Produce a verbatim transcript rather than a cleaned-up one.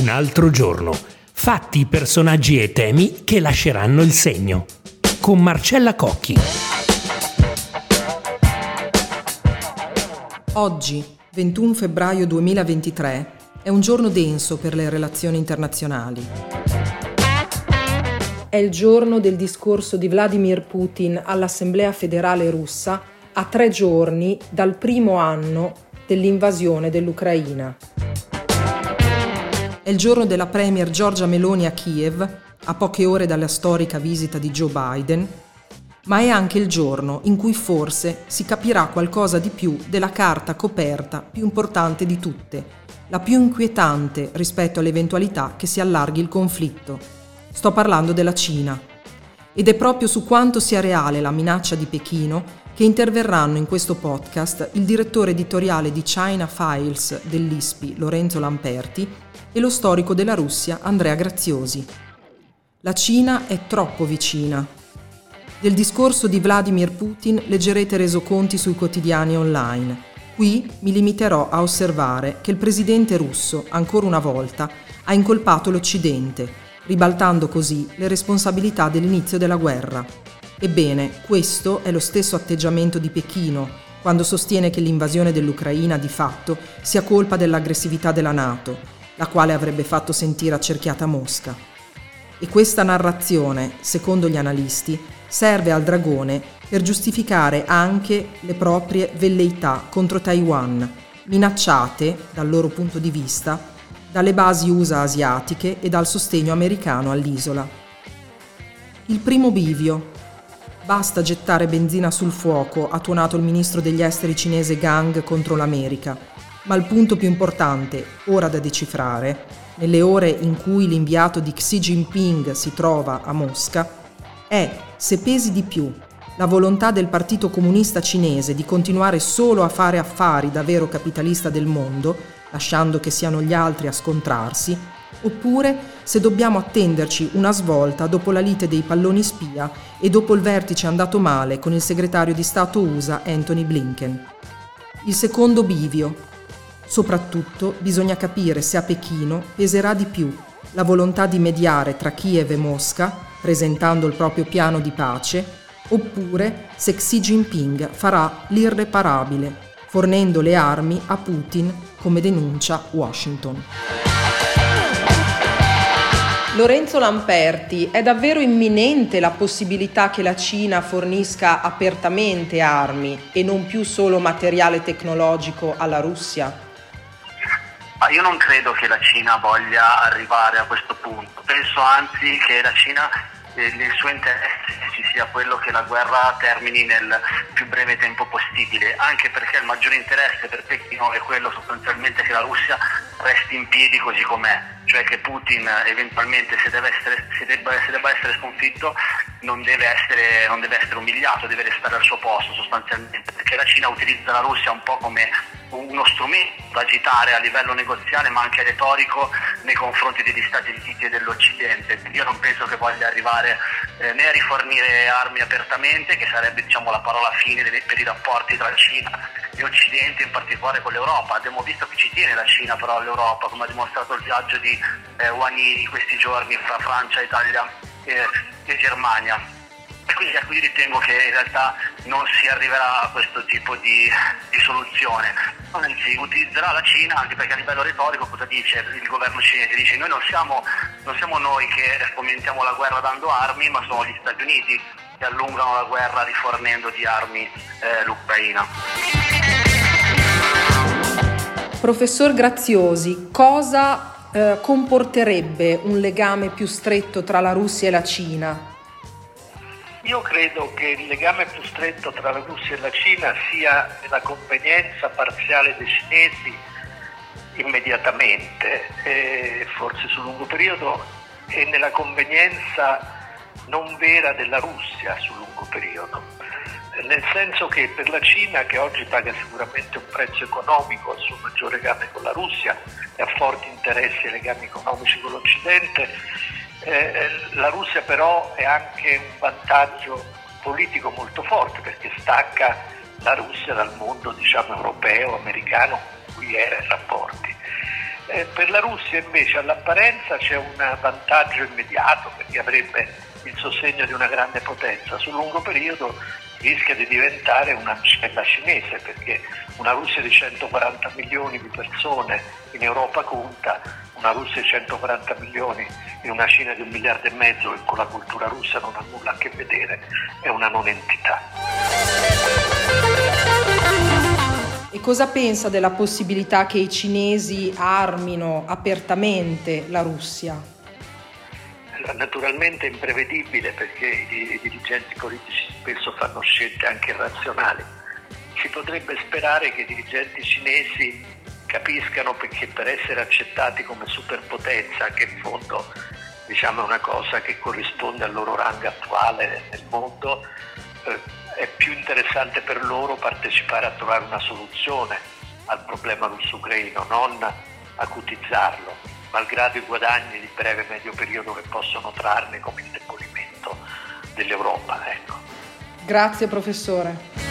Un altro giorno. Fatti, personaggi e temi che lasceranno il segno. Con Marcella Cocchi. Oggi, ventuno febbraio duemilaventitré, è un giorno denso per le relazioni internazionali. È il giorno del discorso di Vladimir Putin all'Assemblea federale russa a tre giorni dal primo anno dell'invasione dell'Ucraina. È il giorno della premier Giorgia Meloni a Kiev, a poche ore dalla storica visita di Joe Biden, ma è anche il giorno in cui forse si capirà qualcosa di più della carta coperta più importante di tutte, la più inquietante rispetto all'eventualità che si allarghi il conflitto. Sto parlando della Cina. Ed è proprio su quanto sia reale la minaccia di Pechino che interverranno in questo podcast il direttore editoriale di China Files dell'I S P I, Lorenzo Lamperti, e lo storico della Russia, Andrea Graziosi. La Cina è troppo vicina. Del discorso di Vladimir Putin leggerete resoconti sui quotidiani online. Qui mi limiterò a osservare che il presidente russo, ancora una volta, ha incolpato l'Occidente, ribaltando così le responsabilità dell'inizio della guerra. Ebbene, questo è lo stesso atteggiamento di Pechino, quando sostiene che l'invasione dell'Ucraina di fatto sia colpa dell'aggressività della NATO, la quale avrebbe fatto sentire accerchiata Mosca. E questa narrazione, secondo gli analisti, serve al dragone per giustificare anche le proprie velleità contro Taiwan, minacciate, dal loro punto di vista, dalle basi U S A asiatiche e dal sostegno americano all'isola. Il primo bivio. Basta gettare benzina sul fuoco, ha tuonato il ministro degli esteri cinese Gang contro l'America. Ma il punto più importante, ora da decifrare, nelle ore in cui l'inviato di Xi Jinping si trova a Mosca, è se pesi di più la volontà del Partito Comunista Cinese di continuare solo a fare affari da vero capitalista del mondo, lasciando che siano gli altri a scontrarsi, oppure se dobbiamo attenderci una svolta dopo la lite dei palloni spia e dopo il vertice andato male con il segretario di Stato U S A Antony Blinken. Il secondo bivio. Soprattutto bisogna capire se a Pechino peserà di più la volontà di mediare tra Kiev e Mosca, presentando il proprio piano di pace, oppure se Xi Jinping farà l'irreparabile, fornendo le armi a Putin, come denuncia Washington. Lorenzo Lamperti, è davvero imminente la possibilità che la Cina fornisca apertamente armi e non più solo materiale tecnologico alla Russia? Ma io non credo che la Cina voglia arrivare a questo punto, penso anzi che la Cina, eh, nel suo interesse ci sia quello che la guerra termini nel più breve tempo possibile, anche perché il maggiore interesse per Pechino è quello sostanzialmente che la Russia resti in piedi così com'è, cioè che Putin eventualmente se deve essere, se debba, se debba essere sconfitto non deve essere, non deve essere umiliato, deve restare al suo posto sostanzialmente, perché la Cina utilizza la Russia un po' come uno strumento da agitare a livello negoziale ma anche retorico nei confronti degli Stati Uniti e dell'Occidente. Io non penso che voglia arrivare eh, né a rifornire armi apertamente, che sarebbe diciamo la parola fine delle, per i rapporti tra Cina e Occidente, in particolare con l'Europa. Abbiamo visto che ci tiene la Cina però all'Europa, come ha dimostrato il viaggio di eh, Wani di questi giorni fra Francia, Italia e, e Germania. E quindi ecco, io ritengo che in realtà non si arriverà a questo tipo di, di soluzione, anzi utilizzerà la Cina, anche perché a livello retorico cosa dice il governo cinese? Dice noi non siamo, non siamo noi che fomentiamo la guerra dando armi, ma sono gli Stati Uniti che allungano la guerra rifornendo di armi eh, l'Ucraina. Professor Graziosi, cosa eh, comporterebbe un legame più stretto tra la Russia e la Cina? Io credo che il legame più stretto tra la Russia e la Cina sia nella convenienza parziale dei cinesi immediatamente, e forse sul lungo periodo, e nella convenienza non vera della Russia sul lungo periodo. Nel senso che per la Cina, che oggi paga sicuramente un prezzo economico al suo maggior legame con la Russia e ha forti interessi e legami economici con l'Occidente, Eh, la Russia però è anche un vantaggio politico molto forte, perché stacca la Russia dal mondo diciamo europeo, americano con cui era in rapporti. Eh, per la Russia invece all'apparenza c'è un vantaggio immediato perché avrebbe il sostegno di una grande potenza. Sul lungo periodo rischia di diventare un'ancella cinese, perché una Russia di centoquaranta milioni di persone in Europa conta, una Russia di centoquaranta milioni in una Cina di un miliardo e mezzo che con la cultura russa non ha nulla a che vedere, è una non entità. E cosa pensa della possibilità che i cinesi armino apertamente la Russia? Naturalmente è imprevedibile perché i dirigenti politici spesso fanno scelte anche irrazionali. Si potrebbe sperare che i dirigenti cinesi capiscano perché per essere accettati come superpotenza, che in fondo diciamo è una cosa che corrisponde al loro rango attuale nel mondo, eh, è più interessante per loro partecipare a trovare una soluzione al problema russo-ucraino, non acutizzarlo, malgrado i guadagni di breve e medio periodo che possono trarne come indebolimento dell'Europa. Ecco. Grazie professore.